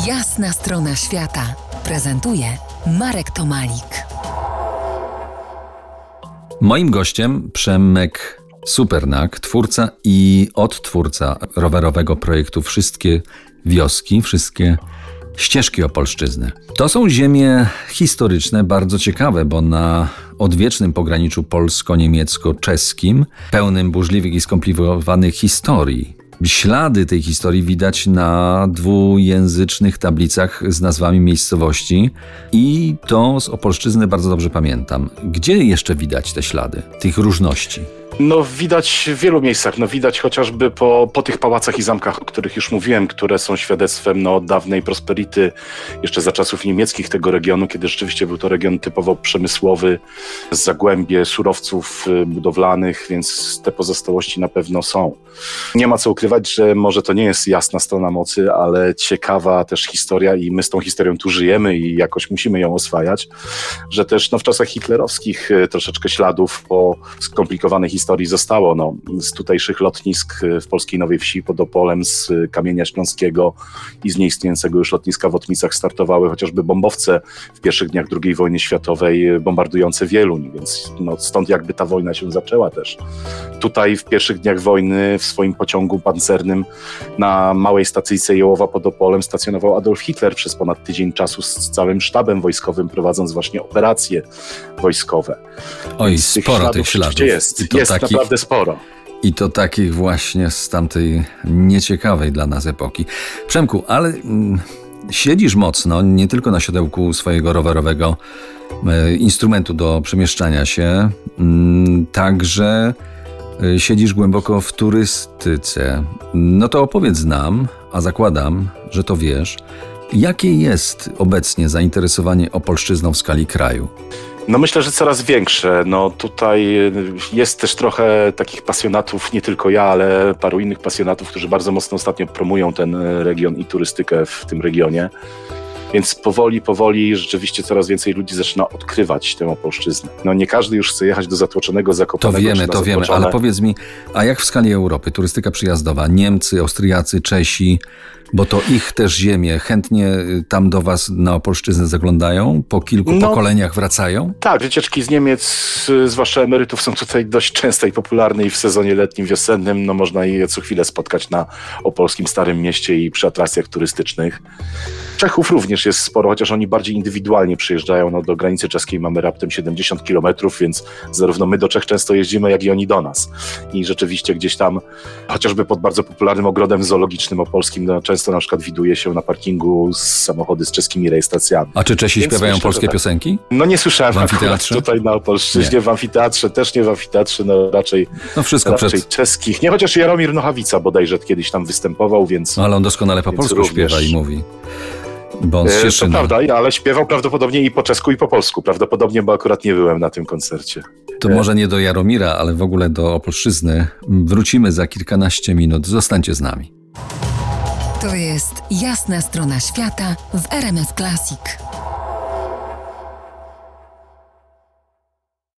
Jasna strona świata prezentuje Marek Tomalik. Moim gościem Przemek Supernak, twórca i odtwórca rowerowego projektu Wszystkie Wioski, Wszystkie Ścieżki Opolszczyzny. To są ziemie historyczne, bardzo ciekawe, bo na odwiecznym pograniczu polsko-niemiecko-czeskim, pełnym burzliwych i skomplikowanych historii. Ślady tej historii widać na dwujęzycznych tablicach z nazwami miejscowości i to z Opolszczyzny bardzo dobrze pamiętam. Gdzie jeszcze widać te ślady, tych różności? Widać w wielu miejscach. Widać chociażby po tych pałacach i zamkach, o których już mówiłem, które są świadectwem dawnej prosperity jeszcze za czasów niemieckich tego regionu, kiedy rzeczywiście był to region typowo przemysłowy, zagłębie surowców budowlanych, więc te pozostałości na pewno są. Nie ma co ukrywać, że może to nie jest jasna strona mocy, ale ciekawa też historia i my z tą historią tu żyjemy i jakoś musimy ją oswajać, że też w czasach hitlerowskich troszeczkę śladów po skomplikowanej historii zostało. Z tutejszych lotnisk w polskiej Nowej Wsi pod Opolem, z Kamienia Śląskiego i z nieistniejącego już lotniska w Otmicach startowały chociażby bombowce w pierwszych dniach II wojny światowej bombardujące Wieluń, więc stąd jakby ta wojna się zaczęła też. Tutaj w pierwszych dniach wojny w swoim pociągu pancernym na małej stacyjce Jełowa pod Opolem stacjonował Adolf Hitler przez ponad tydzień czasu z całym sztabem wojskowym, prowadząc właśnie operacje wojskowe. Oj, sporo tych śladów. Jest naprawdę sporo. I to takich właśnie z tamtej nieciekawej dla nas epoki. Przemku, ale siedzisz mocno, nie tylko na siodełku swojego rowerowego instrumentu do przemieszczania się, także siedzisz głęboko w turystyce. To opowiedz nam, a zakładam, że to wiesz, jakie jest obecnie zainteresowanie Opolszczyzną w skali kraju? Myślę, że coraz większe. Tutaj jest też trochę takich pasjonatów, nie tylko ja, ale paru innych pasjonatów, którzy bardzo mocno ostatnio promują ten region i turystykę w tym regionie. Więc powoli rzeczywiście coraz więcej ludzi zaczyna odkrywać tę Opolszczyznę. Nie każdy już chce jechać do zatłoczonego Zakopanego. To wiemy, ale powiedz mi, a jak w skali Europy? Turystyka przyjazdowa, Niemcy, Austriacy, Czesi, bo to ich też ziemie, chętnie tam do was na Opolszczyznę zaglądają? Po kilku pokoleniach wracają? Tak, wycieczki z Niemiec, zwłaszcza emerytów, są tutaj dość częste i popularne i w sezonie letnim, wiosennym. Można je co chwilę spotkać na opolskim Starym Mieście i przy atrakcjach turystycznych. Czechów również jest sporo, chociaż oni bardziej indywidualnie przyjeżdżają. Do granicy czeskiej mamy raptem 70 kilometrów, więc zarówno my do Czech często jeździmy, jak i oni do nas. I rzeczywiście gdzieś tam, chociażby pod bardzo popularnym ogrodem zoologicznym opolskim, często na przykład widuje się na parkingu samochody z czeskimi rejestracjami. A czy Czesi śpiewają polskie piosenki? Nie słyszałem w amfiteatrze? Tutaj na Opolszczyźnie, w amfiteatrze, też nie w amfiteatrze, raczej czeskich. Nie, chociaż Jaromir Nochawica bodajże kiedyś tam występował, więc... Ale on doskonale po polsku śpiewa i mówi. Bo on z to prawda, ale śpiewał prawdopodobnie i po czesku, i po polsku. Prawdopodobnie, bo akurat nie byłem na tym koncercie. To może nie do Jaromira, ale w ogóle do Opolszczyzny. Wrócimy za kilkanaście minut. Zostańcie z nami. To jest Jasna strona świata w RMF Classic.